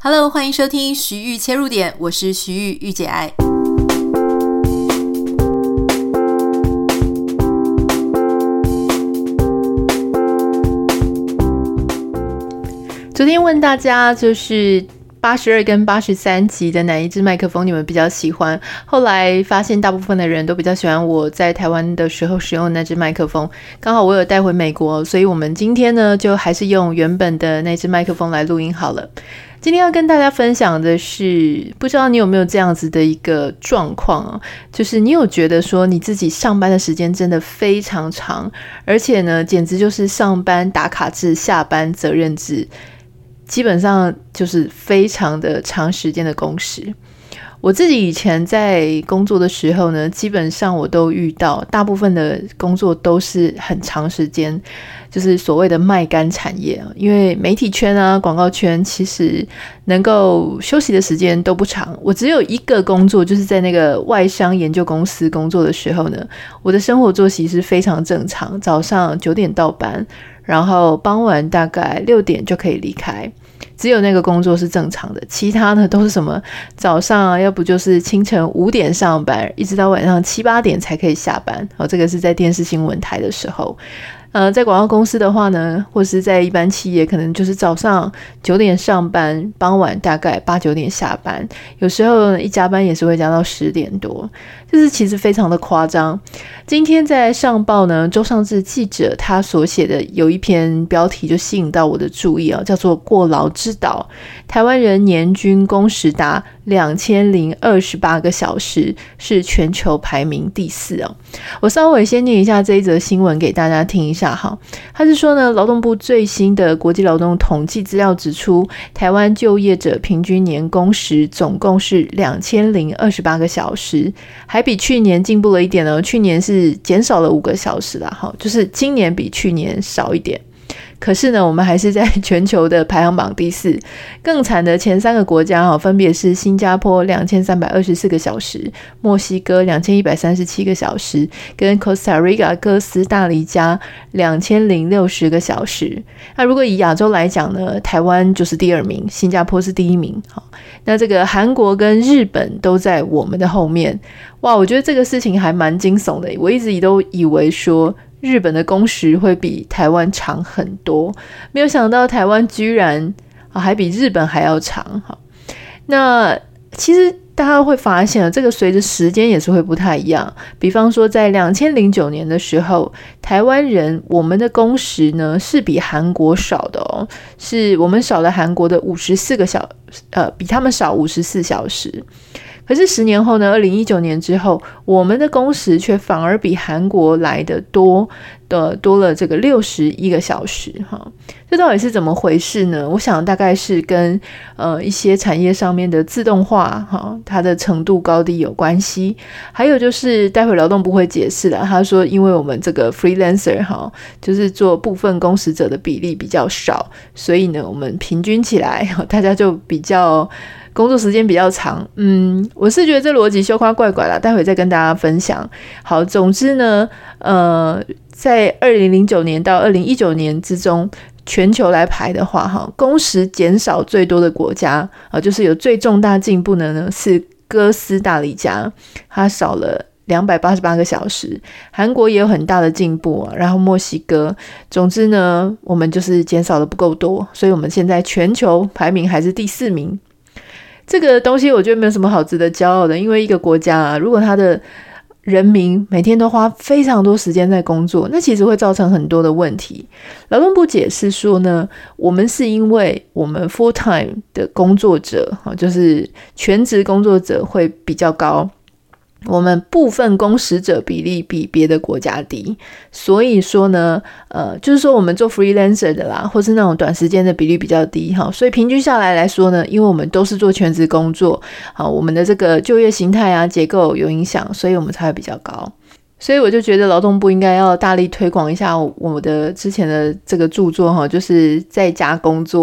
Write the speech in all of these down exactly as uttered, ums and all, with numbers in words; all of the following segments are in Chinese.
Hello， 欢迎收听徐玉切入点，我是徐玉玉姐爱。昨天问大家，就是八十二跟八十三集的哪一支麦克风你们比较喜欢？后来发现大部分的人都比较喜欢我在台湾的时候使用的那支麦克风，刚好我有带回美国，所以我们今天呢就还是用原本的那支麦克风来录音好了。今天要跟大家分享的是，不知道你有没有这样子的一个状况啊，就是你有觉得说你自己上班的时间真的非常长，而且呢简直就是上班打卡制，下班责任制，基本上就是非常的长时间的工时。我自己以前在工作的时候呢，基本上我都遇到大部分的工作都是很长时间，就是所谓的卖干产业。因为媒体圈啊、广告圈其实能够休息的时间都不长。我只有一个工作，就是在那个外商研究公司工作的时候呢，我的生活作息是非常正常，早上九点到班，然后傍晚大概六点就可以离开。只有那个工作是正常的，其他呢都是什么早上啊，要不就是清晨五点上班，一直到晚上七八点才可以下班。哦，这个是在电视新闻台的时候。呃，在广告公司的话呢，或是在一般企业，可能就是早上九点上班，傍晚大概八九点下班，有时候一加班也是会加到十点多，就是其实非常的夸张。今天在上报呢，周尚志记者他所写的有一篇标题就吸引到我的注意啊，叫做过劳之岛，台湾人年均工时达两千零二十八个小时，是全球排名第四啊。我稍微先念一下这一则新闻给大家听一下。他是说呢，劳动部最新的国际劳动统计资料指出，台湾就业者平均年工时总共是两千零二十八个小时，还比去年进步了一点呢。去年是减少了五个小时啦，就是今年比去年少一点。可是呢，我们还是在全球的排行榜第四。更惨的前三个国家分别是新加坡两千三百二十四个小时，墨西哥两千一百三十七个小时，跟 Costa Rica 哥斯大黎加两千零六十个小时。那如果以亚洲来讲呢，台湾就是第二名，新加坡是第一名。那这个韩国跟日本都在我们的后面。哇，我觉得这个事情还蛮惊悚的。我一直都以为说日本的工时会比台湾长很多，没有想到台湾居然、啊、还比日本还要长。好，那其实大家会发现这个随着时间也是会不太一样。比方说在二零零九年的时候，台湾人我们的工时呢是比韩国少的哦，是我们少了韩国的五十四个小呃，比他们少五十四小时。可是十年后呢，二零一九年之后，我们的工时却反而比韩国来的多的多了这个六十一个小时哈，这到底是怎么回事呢？我想大概是跟呃一些产业上面的自动化哈，它的程度高低有关系。还有就是待会劳动部会解释了，他说因为我们这个 freelancer 哈，就是做部分工时者的比例比较少，所以呢，我们平均起来大家就比较工作时间比较长。嗯，我是觉得这逻辑羞夸怪怪啦，待会再跟大家分享。好，总之呢，呃，在二零零九年到二零一九年之中，全球来排的话，哈，工时减少最多的国家啊，就是有最重大进步的呢是哥斯大黎加，它少了两百八十八个小时。韩国也有很大的进步啊，然后墨西哥，总之呢，我们就是减少的不够多，所以我们现在全球排名还是第四名。这个东西我觉得没有什么好值得骄傲的，因为一个国家啊，如果他的人民每天都花非常多时间在工作，那其实会造成很多的问题。劳动部解释说呢，我们是因为我们 full time 的工作者，就是全职工作者会比较高，我们部分工时者比例比别的国家低，所以说呢，呃，就是说我们做 freelancer 的啦，或是那种短时间的比例比较低哈，所以平均下来来说呢，因为我们都是做全职工作，好，我们的这个就业形态啊、结构有影响，所以我们才会比较高。所以我就觉得劳动部应该要大力推广一下我的之前的这个著作哈，就是在家工作。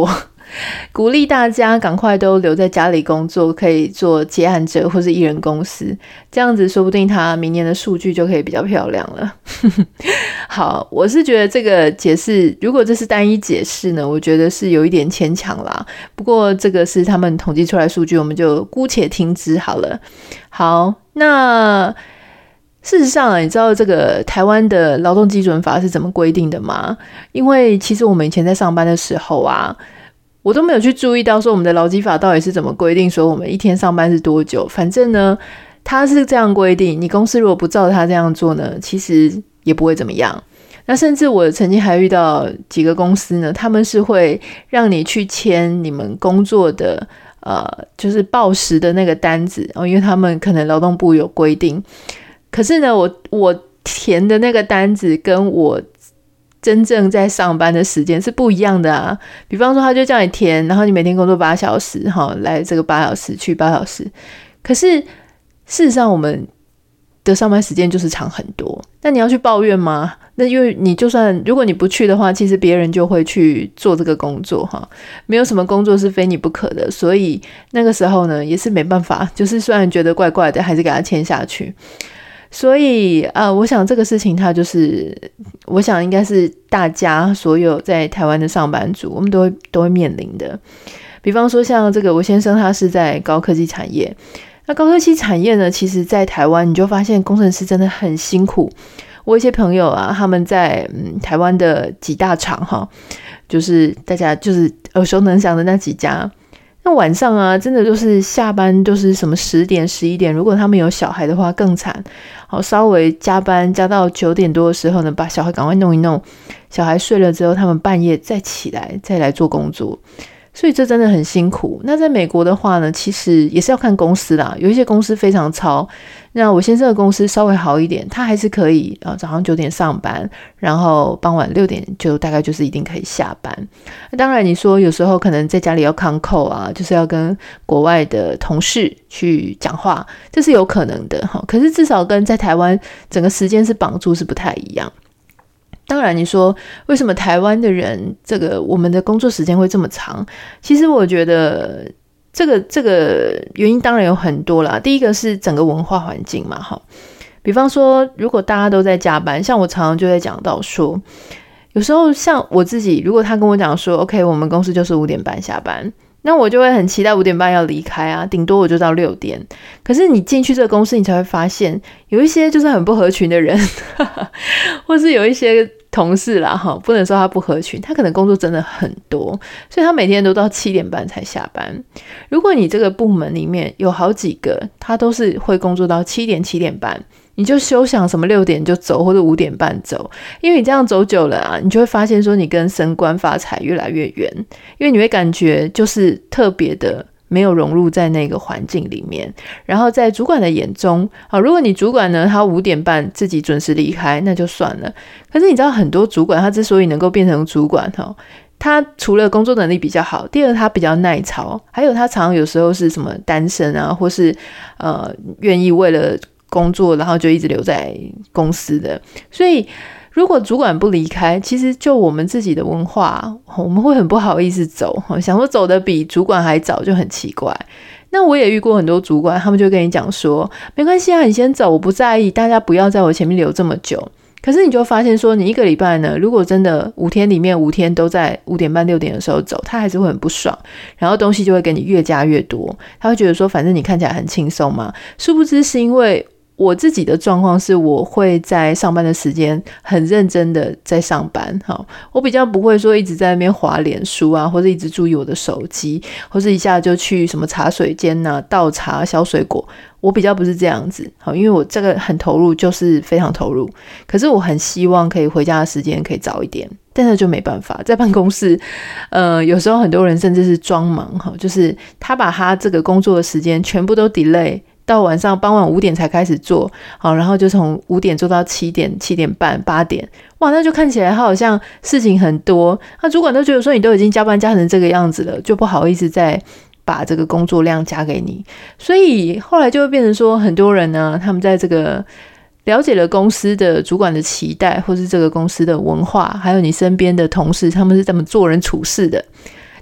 鼓励大家赶快都留在家里工作，可以做接案者或是艺人公司，这样子说不定他明年的数据就可以比较漂亮了。好，我是觉得这个解释，如果这是单一解释呢，我觉得是有一点牵强啦。不过这个是他们统计出来的数据，我们就姑且听之好了。好，那事实上啊，你知道这个台湾的劳动基准法是怎么规定的吗？因为其实我们以前在上班的时候啊，我都没有去注意到说我们的劳基法到底是怎么规定说我们一天上班是多久。反正呢它是这样规定，你公司如果不照它这样做呢，其实也不会怎么样。那甚至我曾经还遇到几个公司呢，他们是会让你去签你们工作的呃，就是报时的那个单子哦，因为他们可能劳动部有规定。可是呢，我我填的那个单子跟我真正在上班的时间是不一样的啊。比方说，他就叫你填，然后你每天工作八小时，哈，来这个八小时，去八小时。可是事实上，我们的上班时间就是长很多。那你要去抱怨吗？那因为你就算如果你不去的话，其实别人就会去做这个工作哈。没有什么工作是非你不可的，所以那个时候呢，也是没办法，就是虽然觉得怪怪的，还是给他签下去。所以呃，我想这个事情它就是我想应该是大家所有在台湾的上班族我们都会都会面临的。比方说像这个我先生他是在高科技产业，那高科技产业呢，其实在台湾你就发现工程师真的很辛苦。我有一些朋友啊，他们在嗯台湾的几大厂哈，就是大家就是耳熟能详的那几家，那晚上啊真的就是下班都是什么十点十一点，如果他们有小孩的话更惨，好，稍微加班加到九点多的时候呢，把小孩赶快弄一弄，小孩睡了之后他们半夜再起来再来做工作，所以这真的很辛苦。那在美国的话呢，其实也是要看公司啦，有一些公司非常超，那我先生的公司稍微好一点，他还是可以、呃、早上九点上班，然后傍晚六点就大概就是一定可以下班。那当然你说有时候可能在家里要看扣啊，就是要跟国外的同事去讲话，这是有可能的，可是至少跟在台湾整个时间是绑住是不太一样。当然你说为什么台湾的人这个我们的工作时间会这么长，其实我觉得这个这个原因当然有很多啦。第一个是整个文化环境嘛，比方说如果大家都在加班，像我常常就在讲到说，有时候像我自己，如果他跟我讲说 OK 我们公司就是五点半下班，那我就会很期待五点半要离开啊，顶多我就到六点。可是你进去这个公司，你才会发现有一些就是很不合群的人或是有一些同事啦，不能说他不合群，他可能工作真的很多，所以他每天都到七点半才下班。如果你这个部门里面有好几个他都是会工作到七点七点半，你就休想什么六点就走或者五点半走，因为你这样走久了啊，你就会发现说你跟升官发财越来越远，因为你会感觉就是特别的没有融入在那个环境里面。然后在主管的眼中，好，如果你主管呢他五点半自己准时离开那就算了，可是你知道很多主管他之所以能够变成主管，他除了工作能力比较好，第二他比较耐操，还有他常常有时候是什么单身啊，或是呃愿意为了工作然后就一直留在公司的。所以如果主管不离开，其实就我们自己的文化，我们会很不好意思走，想说走得比主管还早就很奇怪。那我也遇过很多主管，他们就跟你讲说没关系啊，你先走，我不在意，大家不要在我前面留这么久。可是你就发现说你一个礼拜呢，如果真的五天里面五天都在五点半六点的时候走，他还是会很不爽，然后东西就会给你越加越多，他会觉得说反正你看起来很轻松嘛，殊不知是因为我自己的状况是我会在上班的时间很认真的在上班，我比较不会说一直在那边滑脸书啊，或者一直注意我的手机，或者一下就去什么茶水间啊倒茶削水果，我比较不是这样子，因为我这个很投入，就是非常投入。可是我很希望可以回家的时间可以早一点，但是就没办法，在办公室呃，有时候很多人甚至是装忙，就是他把他这个工作的时间全部都 delay到晚上傍晚五点才开始做，好，然后就从五点做到七点、七点半、八点，哇，那就看起来他好像事情很多，那主管都觉得说你都已经加班加成这个样子了，就不好意思再把这个工作量加给你。所以后来就会变成说，很多人呢，他们在这个了解了公司的主管的期待，或是这个公司的文化，还有你身边的同事他们是怎么做人处事的，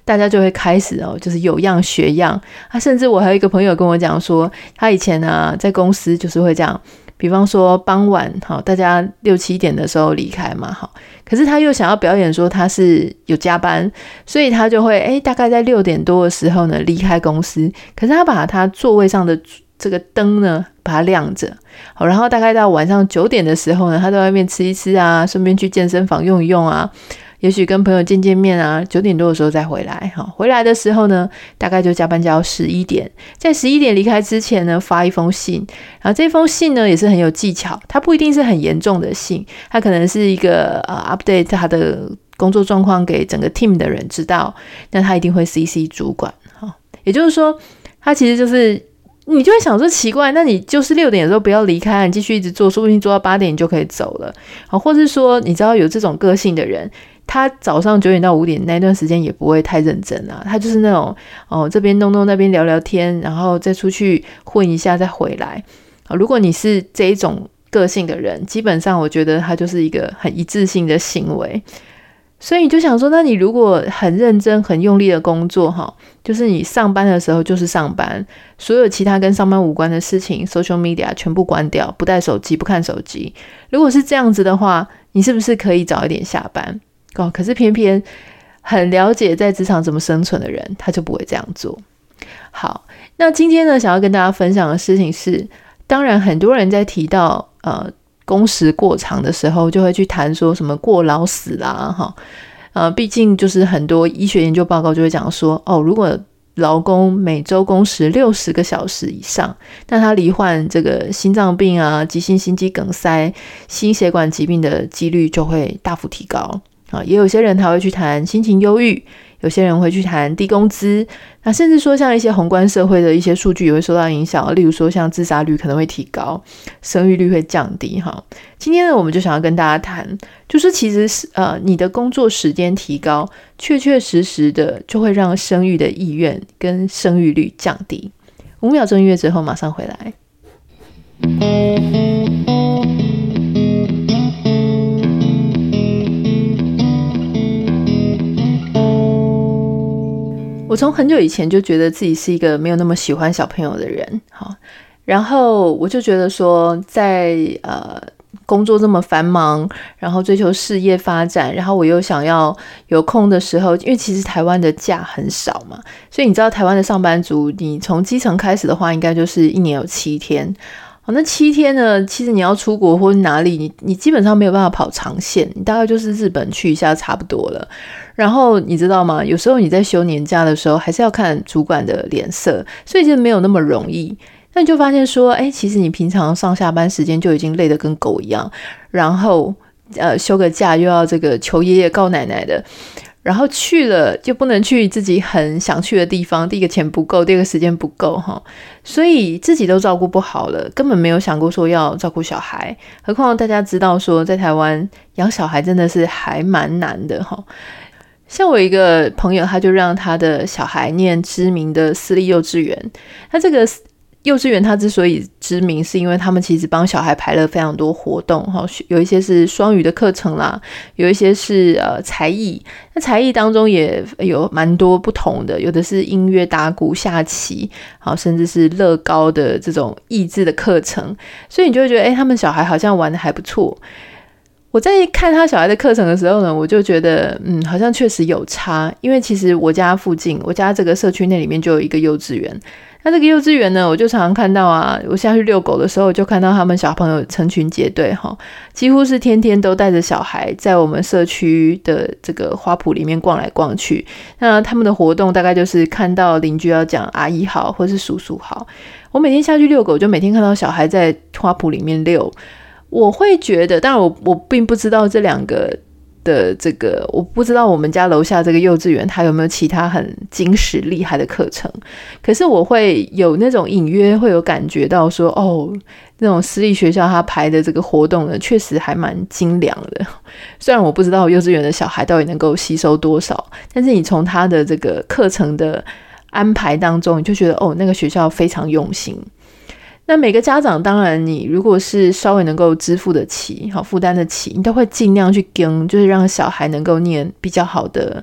大家就会开始哦，就是有样学样。啊，甚至我还有一个朋友跟我讲说，他以前啊在公司就是会这样，比方说傍晚好，大家六七点的时候离开嘛，好，可是他又想要表演说他是有加班，所以他就会诶大概在六点多的时候呢离开公司，可是他把他座位上的这个灯呢把它亮着，好，然后大概到晚上九点的时候呢，他在外面吃一吃啊，顺便去健身房用一用啊，也许跟朋友见见面啊，九点多的时候再回来。好，回来的时候呢，大概就加班加到十一点，在十一点离开之前呢，发一封信。然后这封信呢也是很有技巧，它不一定是很严重的信，它可能是一个呃 update 他的工作状况给整个 team 的人知道，那他一定会 C C 主管。好，也就是说，他其实就是你就会想说奇怪，那你就是六点的时候不要离开，你继续一直做，说不定做到八点你就可以走了。好，或是说你知道有这种个性的人，他早上九点到五点那段时间也不会太认真啊，他就是那种哦这边弄弄那边聊聊天，然后再出去混一下再回来。好，如果你是这一种个性的人，基本上我觉得他就是一个很一致性的行为。所以你就想说，那你如果很认真很用力的工作哈，就是你上班的时候就是上班，所有其他跟上班无关的事情 social media 全部关掉，不带手机不看手机，如果是这样子的话，你是不是可以早一点下班？哦，可是偏偏很了解在职场怎么生存的人，他就不会这样做。好，那今天呢想要跟大家分享的事情是，当然很多人在提到呃工时过长的时候，就会去谈说什么过劳死啦，哈，呃，毕竟就是很多医学研究报告就会讲说，哦，如果劳工每周工时六十个小时以上，那他罹患这个心脏病啊、急性心肌梗塞、心血管疾病的几率就会大幅提高。啊，也有些人他会去谈心情忧郁，有些人会去谈低工资，那甚至说像一些宏观社会的一些数据也会受到影响，例如说像自杀率可能会提高，生育率会降低哈。今天呢，我们就想要跟大家谈，就是其实是呃你的工作时间提高，确确实实的就会让生育的意愿跟生育率降低。五秒钟音乐之后马上回来。我从很久以前就觉得自己是一个没有那么喜欢小朋友的人，好，然后我就觉得说在呃工作这么繁忙，然后追求事业发展，然后我又想要有空的时候，因为其实台湾的假很少嘛，所以你知道台湾的上班族，你从基层开始的话，应该就是一年有七天。好，那七天呢，其实你要出国或是哪里，你你基本上没有办法跑长线，你大概就是日本去一下差不多了。然后你知道吗，有时候你在休年假的时候还是要看主管的脸色，所以其实没有那么容易。那你就发现说，哎，其实你平常上下班时间就已经累得跟狗一样，然后呃休个假又要这个求爷爷告奶奶的，然后去了就不能去自己很想去的地方，第一个钱不够，第二个时间不够哈，所以自己都照顾不好了，根本没有想过说要照顾小孩。何况大家知道说，在台湾养小孩真的是还蛮难的哈。像我一个朋友，他就让他的小孩念知名的私立幼稚园。他这个幼稚园他之所以知名，是因为他们其实帮小孩排了非常多活动，有一些是双语的课程啦，有一些是呃才艺。那才艺当中也有蛮多不同的，有的是音乐、打鼓、下棋，好，甚至是乐高的这种益智的课程。所以你就会觉得，哎，他们小孩好像玩得还不错。我在看他小孩的课程的时候呢，我就觉得嗯，好像确实有差，因为其实我家附近，我家这个社区内里面就有一个幼稚园。那这个幼稚园呢，我就常常看到啊，我下去遛狗的时候就看到他们小朋友成群结队哈，几乎是天天都带着小孩在我们社区的这个花圃里面逛来逛去。那他们的活动大概就是看到邻居要讲阿姨好或是叔叔好。我每天下去遛狗，就每天看到小孩在花圃里面遛。我会觉得，当然我我并不知道这两个的这个，我不知道我们家楼下这个幼稚园它有没有其他很精实厉害的课程，可是我会有那种隐约会有感觉到说，哦，那种私立学校它排的这个活动呢，确实还蛮精良的。虽然我不知道幼稚园的小孩到底能够吸收多少，但是你从他的这个课程的安排当中，你就觉得哦，那个学校非常用心。那每个家长当然你如果是稍微能够支付得起好负担得起，你都会尽量去跟，就是让小孩能够念比较好的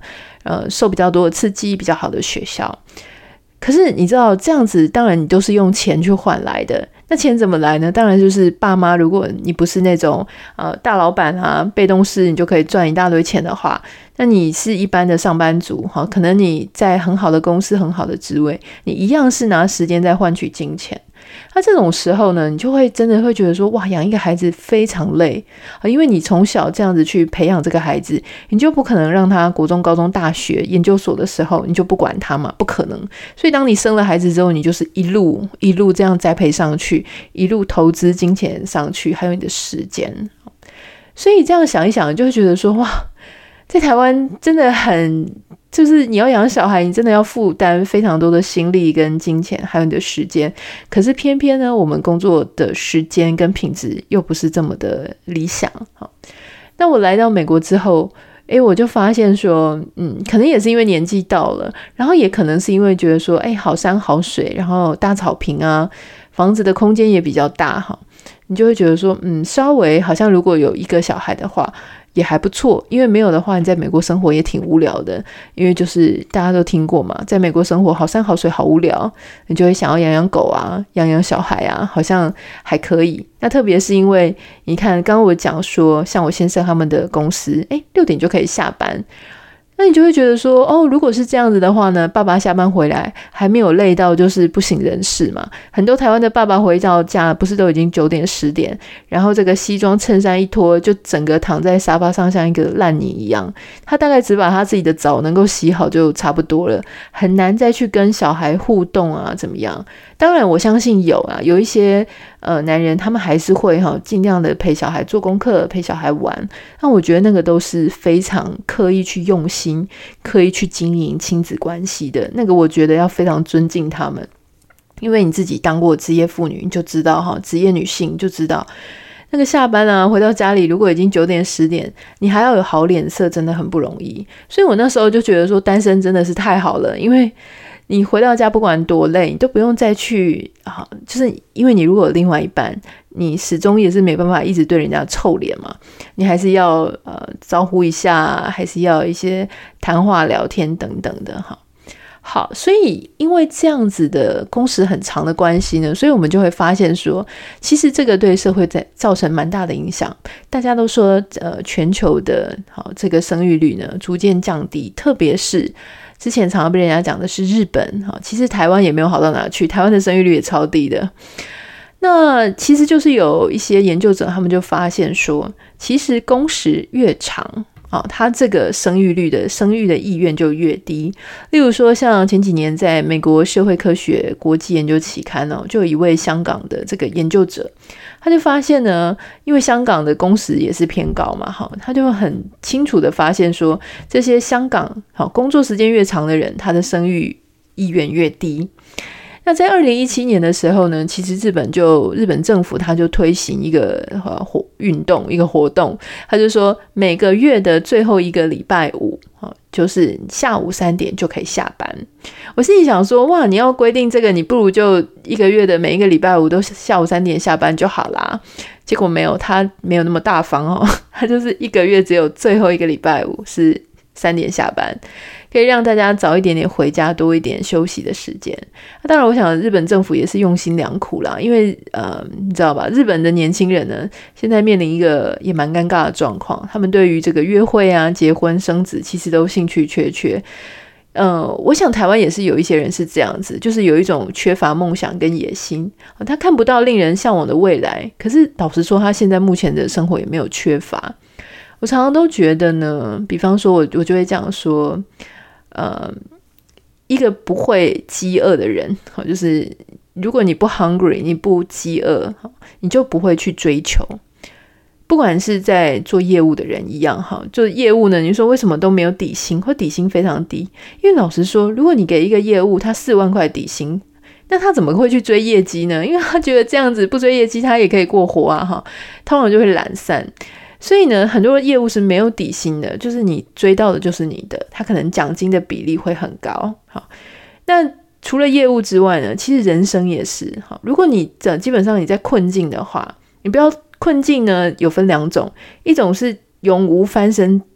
呃受比较多的刺激，比较好的学校。可是你知道这样子，当然你都是用钱去换来的。那钱怎么来呢？当然就是爸妈，如果你不是那种呃大老板啊，被动式你就可以赚一大堆钱的话，那你是一般的上班族，可能你在很好的公司很好的职位，你一样是拿时间在换取金钱。那这种时候呢，你就会真的会觉得说，哇，养一个孩子非常累，因为你从小这样子去培养这个孩子，你就不可能让他国中、高中、大学、研究所的时候你就不管他嘛，不可能。所以当你生了孩子之后，你就是一路一路这样栽培上去，一路投资金钱上去，还有你的时间。所以这样想一想，就会觉得说，哇，在台湾真的很，就是你要养小孩，你真的要负担非常多的心力跟金钱，还有你的时间。可是偏偏呢，我们工作的时间跟品质又不是这么的理想。那我来到美国之后，诶，我就发现说，嗯，可能也是因为年纪到了，然后也可能是因为觉得说，诶，好山好水，然后大草坪啊，房子的空间也比较大哈，你就会觉得说，嗯，稍微好像如果有一个小孩的话也还不错，因为没有的话你在美国生活也挺无聊的，因为就是大家都听过嘛，在美国生活好山好水好无聊，你就会想要养养狗啊，养养小孩啊，好像还可以。那特别是因为你看刚刚我讲说，像我先生他们的公司，诶，六点就可以下班，那你就会觉得说，哦，如果是这样子的话呢，爸爸下班回来还没有累到就是不省人事嘛。很多台湾的爸爸回到家不是都已经九点十点，然后这个西装衬衫一脱就整个躺在沙发上像一个烂泥一样，他大概只把他自己的澡能够洗好就差不多了，很难再去跟小孩互动啊怎么样。当然我相信有啊，有一些呃男人他们还是会哈尽量的陪小孩做功课，陪小孩玩，那我觉得那个都是非常刻意去用心，刻意去经营亲子关系的，那个我觉得要非常尊敬他们。因为你自己当过职业妇女你就知道哈，职业女性就知道那个下班啊回到家里如果已经九点十点，你还要有好脸色真的很不容易。所以我那时候就觉得说单身真的是太好了，因为你回到家不管多累你都不用再去啊，就是因为你如果有另外一半，你始终也是没办法一直对人家臭脸嘛，你还是要呃招呼一下，还是要一些谈话聊天等等的哈。好，所以因为这样子的工时很长的关系呢，所以我们就会发现说，其实这个对社会在造成蛮大的影响。大家都说呃全球的好这个生育率呢逐渐降低，特别是之前常常被人家讲的是日本，其实台湾也没有好到哪去，台湾的生育率也超低的。那其实就是有一些研究者他们就发现说，其实工时越长哦，他这个生育率的生育的意愿就越低。例如说像前几年在美国社会科学国际研究期刊哦，就有一位香港的这个研究者，他就发现呢，因为香港的工时也是偏高嘛，他就很清楚的发现说，这些香港工作时间越长的人，他的生育意愿越低。那在二零一七年的时候呢，其实日本就日本政府他就推行一个呃运动一个活动，他就说每个月的最后一个礼拜五，就是下午三点就可以下班。我心里想说，哇，你要规定这个，你不如就一个月的每一个礼拜五都下午三点下班就好啦。结果没有，他没有那么大方哦，他就是一个月只有最后一个礼拜五是三点下班，可以让大家早一点点回家，多一点休息的时间。那当然我想日本政府也是用心良苦啦，因为呃，你知道吧，日本的年轻人呢现在面临一个也蛮尴尬的状况，他们对于这个约会啊结婚生子其实都兴趣缺缺。呃，我想台湾也是有一些人是这样子，就是有一种缺乏梦想跟野心，他看不到令人向往的未来，可是老实说他现在目前的生活也没有缺乏。我常常都觉得呢，比方说我我就会这样说，呃，一个不会饥饿的人，就是如果你不 hungry 你不饥饿，你就不会去追求。不管是在做业务的人一样，就是业务呢，你说为什么都没有底薪，或底薪非常低？因为老实说，如果你给一个业务他四万块底薪，那他怎么会去追业绩呢？因为他觉得这样子不追业绩他也可以过活啊，通常就会懒散。所以呢，很多业务是没有底薪的，就是你追到的就是你的，他可能奖金的比例会很高。好，那除了业务之外呢，其实人生也是。好，如果你基本上你在困境的话，你不要困境呢有分两种，一种是永无翻身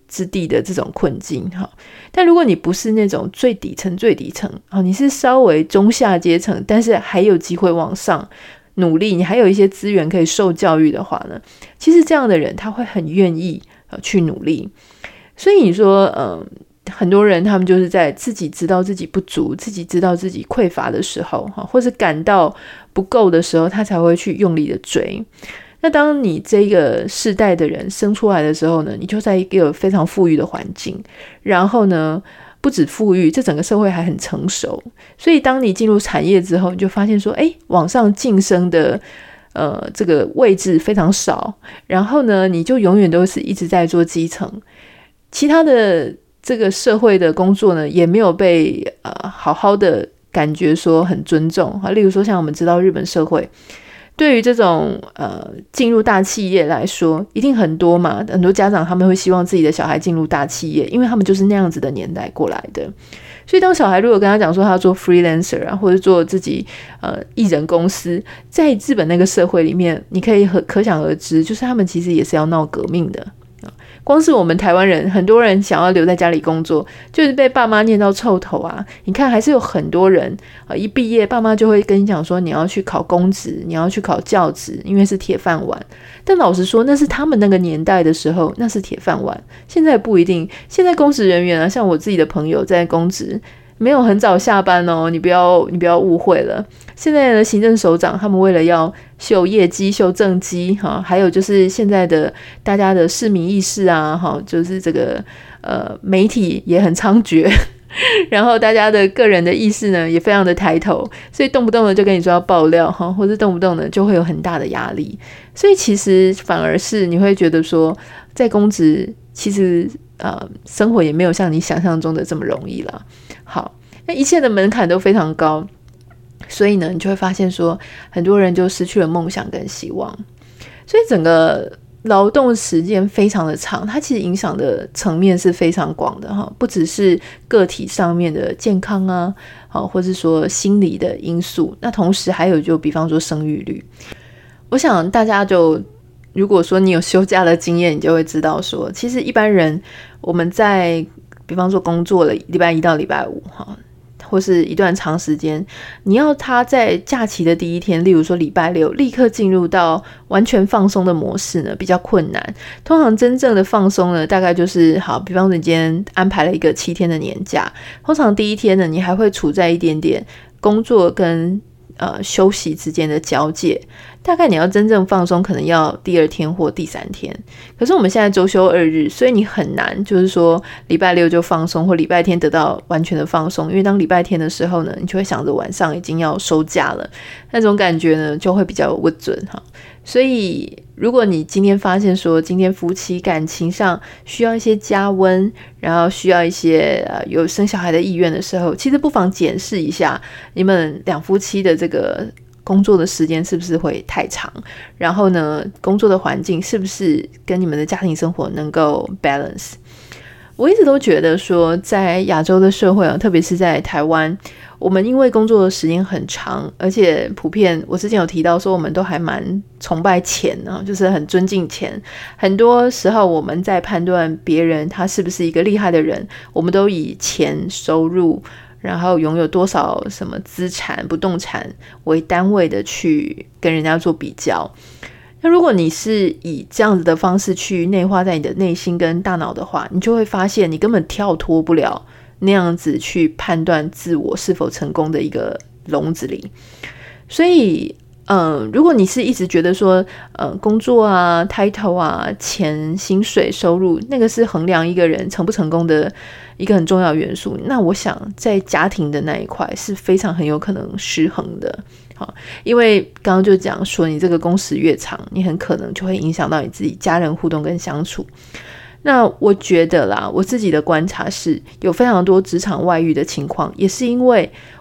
之地的这种困境哈。但如果你不是那种最底层最底层，你是稍微中下阶层，但是还有机会往上努力，你还有一些资源可以受教育的话呢，其实这样的人他会很愿意去努力。所以你说嗯，很多人他们就是在自己知道自己不足，自己知道自己匮乏的时候，或是感到不够的时候，他才会去用力的追。那当你这个世代的人生出来的时候呢，你就在一个非常富裕的环境，然后呢不止富裕，这整个社会还很成熟。所以当你进入产业之后，你就发现说诶，往上晋升的呃这个位置非常少，然后呢你就永远都是一直在做基层，其他的这个社会的工作呢也没有被呃好好的感觉说很尊重。例如说像我们知道日本社会对于这种呃进入大企业来说一定很多嘛，很多家长他们会希望自己的小孩进入大企业，因为他们就是那样子的年代过来的。所以当小孩如果跟他讲说他要做 freelancer 啊，或者做自己呃艺人公司，在日本那个社会里面，你可以可想而知，就是他们其实也是要闹革命的。光是我们台湾人，很多人想要留在家里工作，就是被爸妈念到臭头啊。你看还是有很多人、呃、一毕业爸妈就会跟你讲说你要去考公职，你要去考教职，因为是铁饭碗。但老实说那是他们那个年代的时候，那是铁饭碗，现在不一定。现在公职人员啊，像我自己的朋友在公职没有很早下班哦，你不要你不要误会了。现在的行政首长他们为了要秀业绩秀政绩哈，还有就是现在的大家的市民意识啊哈，就是这个呃媒体也很猖獗然后大家的个人的意识呢也非常的抬头，所以动不动的就跟你说要爆料哈，或者动不动的就会有很大的压力。所以其实反而是你会觉得说在公职其实呃生活也没有像你想象中的这么容易啦。好，那一切的门槛都非常高，所以呢你就会发现说很多人就失去了梦想跟希望。所以整个劳动时间非常的长，它其实影响的层面是非常广的哈，不只是个体上面的健康啊，或是说心理的因素，那同时还有就比方说生育率。我想大家就如果说你有休假的经验，你就会知道说其实一般人我们在比方说工作了礼拜一到礼拜五哈，或是一段长时间，你要他在假期的第一天，例如说礼拜六立刻进入到完全放松的模式呢，比较困难。通常真正的放松呢，大概就是好，比方说你今天安排了一个七天的年假，通常第一天呢，你还会处在一点点工作跟呃休息之间的交界，大概你要真正放松可能要第二天或第三天。可是我们现在周休二日，所以你很难就是说礼拜六就放松，或礼拜天得到完全的放松，因为当礼拜天的时候呢，你就会想着晚上已经要收假了，那种感觉呢就会比较不准哈。所以如果你今天发现说今天夫妻感情上需要一些加温，然后需要一些、呃、有生小孩的意愿的时候，其实不妨检视一下你们两夫妻的这个工作的时间是不是会太长，然后呢工作的环境是不是跟你们的家庭生活能够 balance。 我一直都觉得说在亚洲的社会、啊、特别是在台湾，我们因为工作的时间很长，而且普遍我之前有提到说我们都还蛮崇拜钱、啊、就是很尊敬钱。很多时候我们在判断别人他是不是一个厉害的人，我们都以钱收入然后拥有多少什么资产不动产为单位的去跟人家做比较。那如果你是以这样子的方式去内化在你的内心跟大脑的话，你就会发现你根本跳脱不了那样子去判断自我是否成功的一个笼子里。所以嗯，如果你是一直觉得说呃，工作啊 title 啊钱薪水收入那个是衡量一个人成不成功的一个很重要的元素，那我想在家庭的那一块是非常很有可能失衡的。好，因为刚刚就讲说你这个工时越长，你很可能就会影响到你自己家人互动跟相处。那我觉得啦，我自己的观察是有非常多职场外遇的情况，也是因为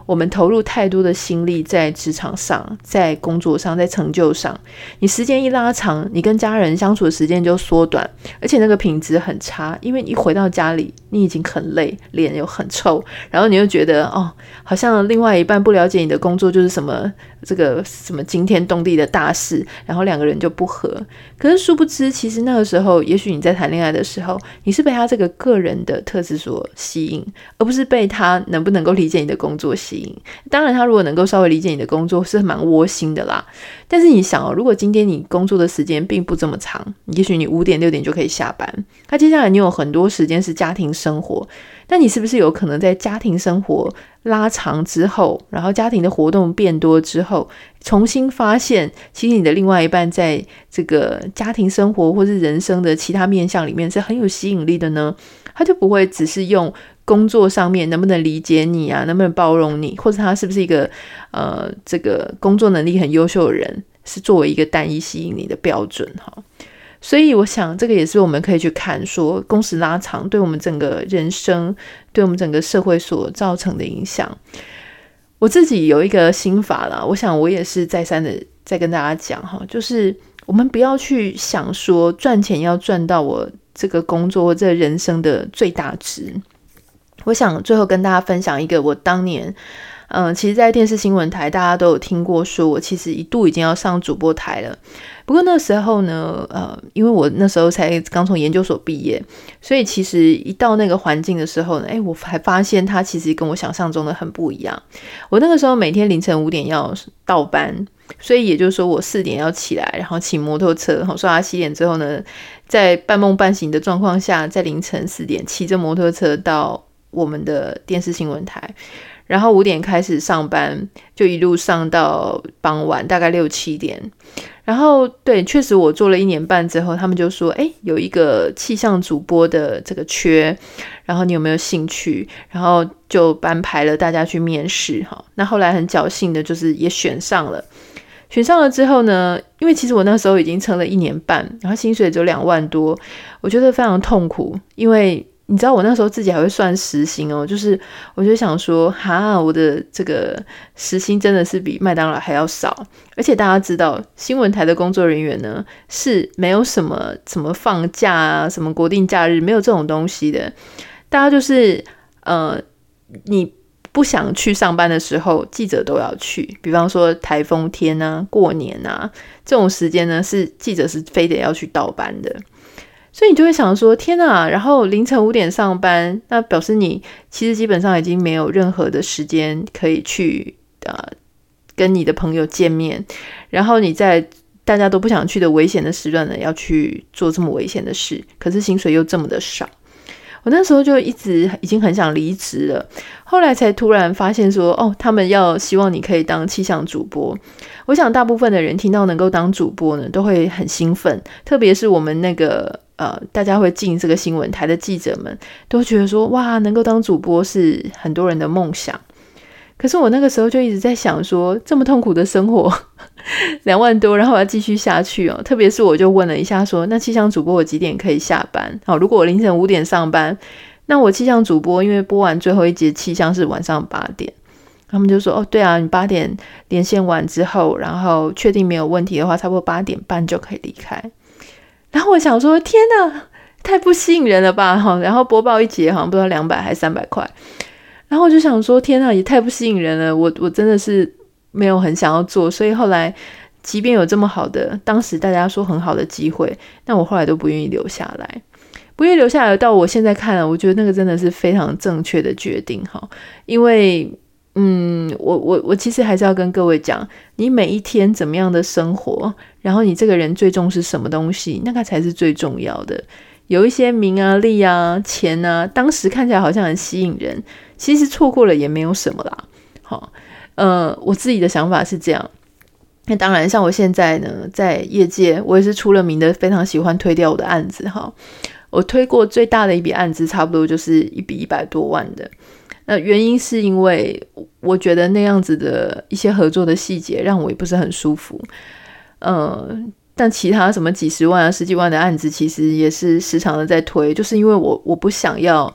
我们投入太多的心力在职场上，在工作上，在成就上，你时间一拉长，你跟家人相处的时间就缩短，而且那个品质很差，因为一回到家里你已经很累，脸又很臭，然后你又觉得哦，好像另外一半不了解你的工作就是什么这个什么惊天动地的大事，然后两个人就不合。可是殊不知，其实那个时候也许你在谈恋爱的时候，你是被他这个个人的特质所吸引，而不是被他能不能够理解你的工作吸引。当然他如果能够稍微理解你的工作是蛮窝心的啦，但是你想哦，如果今天你工作的时间并不这么长，也许你五点六点就可以下班，那接下来你有很多时间是家庭生活，那你是不是有可能在家庭生活拉长之后，然后家庭的活动变多之后，重新发现其实你的另外一半在这个家庭生活或是人生的其他面向里面是很有吸引力的呢？他就不会只是用工作上面能不能理解你啊，能不能包容你，或者他是不是一个呃这个工作能力很优秀的人，是作为一个单一吸引你的标准哈。所以我想这个也是我们可以去看说工时拉长对我们整个人生，对我们整个社会所造成的影响。我自己有一个心法啦，我想我也是再三的在跟大家讲哈，就是我们不要去想说赚钱要赚到我这个工作或这人生的最大值。我想最后跟大家分享一个我当年嗯，其实在电视新闻台大家都有听过说我其实一度已经要上主播台了，不过那时候呢呃，因为我那时候才刚从研究所毕业，所以其实一到那个环境的时候呢，诶，我还发现它其实跟我想象中的很不一样。我那个时候每天凌晨五点要到班，所以也就是说我四点要起来，然后骑摩托车，刷牙洗脸之后呢，在半梦半醒的状况下，在凌晨四点骑着摩托车到我们的电视新闻台，然后五点开始上班，就一路上到傍晚大概六七点。然后对，确实我做了一年半之后，他们就说诶，有一个气象主播的这个缺，然后你有没有兴趣，然后就安排了大家去面试。那后来很侥幸的就是也选上了。选上了之后呢，因为其实我那时候已经撑了一年半，然后薪水只有两万多，我觉得非常痛苦，因为你知道我那时候自己还会算时薪哦，就是我就想说哈，我的这个时薪真的是比麦当劳还要少。而且大家知道新闻台的工作人员呢是没有什么什么放假啊，什么国定假日，没有这种东西的。大家就是呃，你不想去上班的时候记者都要去，比方说台风天啊，过年啊，这种时间呢是记者是非得要去倒班的。所以你就会想说天哪，然后凌晨五点上班，那表示你其实基本上已经没有任何的时间可以去呃跟你的朋友见面，然后你在大家都不想去的危险的时段呢要去做这么危险的事，可是薪水又这么的少。我那时候就一直已经很想离职了，后来才突然发现说哦，他们要希望你可以当气象主播。我想大部分的人听到能够当主播呢都会很兴奋，特别是我们那个呃，大家会进这个新闻台的记者们都觉得说哇，能够当主播是很多人的梦想。可是我那个时候就一直在想说，这么痛苦的生活两万多，然后我要继续下去哦。特别是我就问了一下说，那气象主播我几点可以下班？好，如果我凌晨五点上班，那我气象主播因为播完最后一节气象是晚上八点，他们就说哦对啊，你八点连线完之后，然后确定没有问题的话，差不多八点半就可以离开。然后我想说天哪，太不吸引人了吧。然后播报一节好像不知道两百还是三百块，然后我就想说天哪，也太不吸引人了，我我真的是没有很想要做。所以后来即便有这么好的，当时大家说很好的机会，那我后来都不愿意留下来。不愿意留下来，到我现在看了，我觉得那个真的是非常正确的决定。因为嗯，我我我其实还是要跟各位讲，你每一天怎么样的生活，然后你这个人最重视什么东西，那个才是最重要的。有一些名啊利啊钱啊，当时看起来好像很吸引人，其实错过了也没有什么啦。好，呃，我自己的想法是这样。那当然像我现在呢在业界，我也是出了名的非常喜欢推掉我的案子哈。我推过最大的一笔案子差不多就是一笔一百多万的，那原因是因为我觉得那样子的一些合作的细节让我也不是很舒服。呃，但其他什么几十万啊十几万的案子其实也是时常的在推，就是因为我我不想要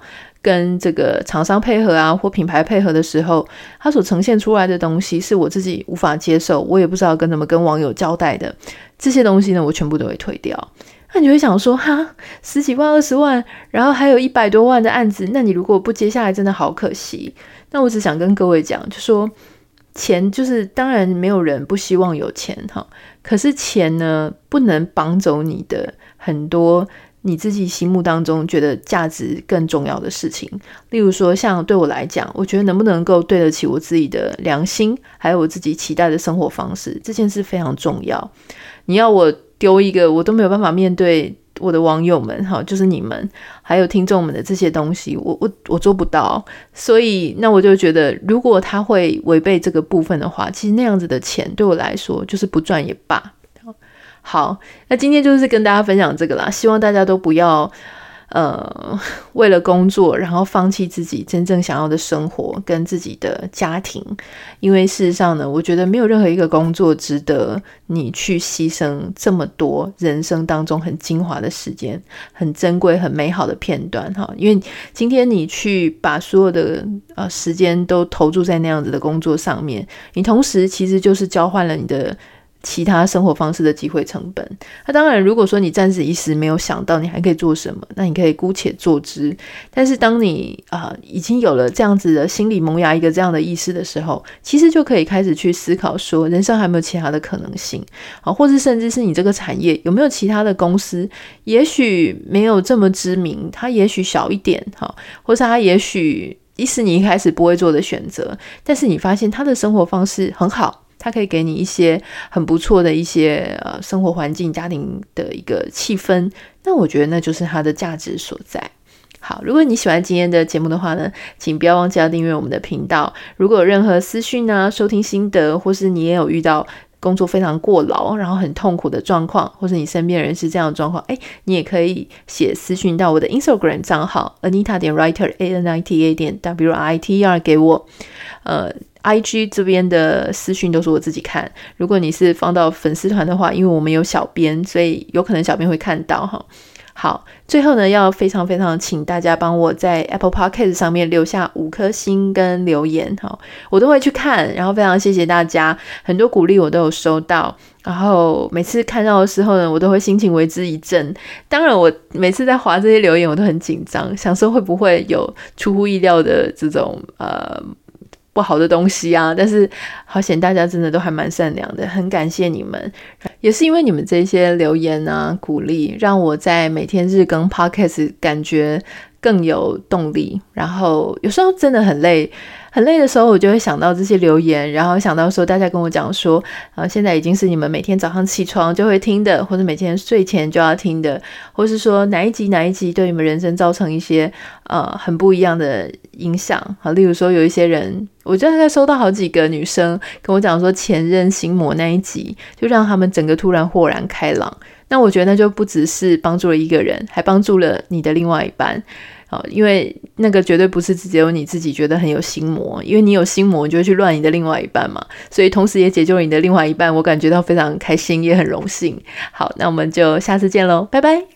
跟这个厂商配合啊或品牌配合的时候，它所呈现出来的东西是我自己无法接受，我也不知道跟怎么跟网友交代的，这些东西呢我全部都会退掉。那你就会想说，哈，十几万二十万，然后还有一百多万的案子，那你如果不接下来真的好可惜。那我只想跟各位讲，就说钱就是当然没有人不希望有钱哈，可是钱呢不能绑走你的很多你自己心目当中觉得价值更重要的事情。例如说像对我来讲，我觉得能不能够对得起我自己的良心，还有我自己期待的生活方式，这件事非常重要。你要我丢一个我都没有办法面对我的网友们哈，就是你们还有听众们的这些东西，我我我做不到。所以那我就觉得如果他会违背这个部分的话，其实那样子的钱对我来说就是不赚也罢。好，那今天就是跟大家分享这个啦，希望大家都不要呃，为了工作然后放弃自己真正想要的生活跟自己的家庭。因为事实上呢，我觉得没有任何一个工作值得你去牺牲这么多人生当中很精华的时间，很珍贵很美好的片段哈。因为今天你去把所有的呃时间都投注在那样子的工作上面，你同时其实就是交换了你的其他生活方式的机会成本。那当然如果说你暂时一时没有想到你还可以做什么，那你可以姑且做之。但是当你、呃、已经有了这样子的心理萌芽一个这样的意识的时候，其实就可以开始去思考说人生还有没有其他的可能性、啊、或是甚至是你这个产业有没有其他的公司也许没有这么知名，它也许小一点、啊、或是它也许即使你一开始不会做的选择，但是你发现它的生活方式很好，它可以给你一些很不错的一些呃生活环境家庭的一个气氛，那我觉得那就是它的价值所在。好，如果你喜欢今天的节目的话呢，请不要忘记要订阅我们的频道。如果有任何私讯啊收听心得，或是你也有遇到工作非常过劳然后很痛苦的状况，或是你身边人是这样的状况，哎，你也可以写私讯到我的 Instagram 账号 Anita 点 Writer A N I T A 点 W I T E R 给我。呃I G 这边的私讯都是我自己看，如果你是放到粉丝团的话，因为我们有小编，所以有可能小编会看到哈。好，最后呢要非常非常请大家帮我在 Apple Podcast 上面留下五颗星跟留言哈，我都会去看，然后非常谢谢大家，很多鼓励我都有收到，然后每次看到的时候呢，我都会心情为之一振。当然我每次在滑这些留言我都很紧张，想说会不会有出乎意料的这种呃不好的东西啊，但是好险大家真的都还蛮善良的，很感谢你们。也是因为你们这些留言啊鼓励，让我在每天日更 podcast 感觉更有动力。然后有时候真的很累很累的时候，我就会想到这些留言，然后想到说大家跟我讲说呃，现在已经是你们每天早上起床就会听的，或者每天睡前就要听的，或是说哪一集哪一集对你们人生造成一些呃很不一样的影响。好，例如说有一些人，我就大概收到好几个女生跟我讲说前任心魔那一集就让他们整个突然豁然开朗。那我觉得那就不只是帮助了一个人，还帮助了你的另外一半。因为那个绝对不是只有你自己觉得很有心魔，因为你有心魔你就会去乱你的另外一半嘛，所以同时也解救了你的另外一半，我感觉到非常开心也很荣幸。好，那我们就下次见咯，拜拜。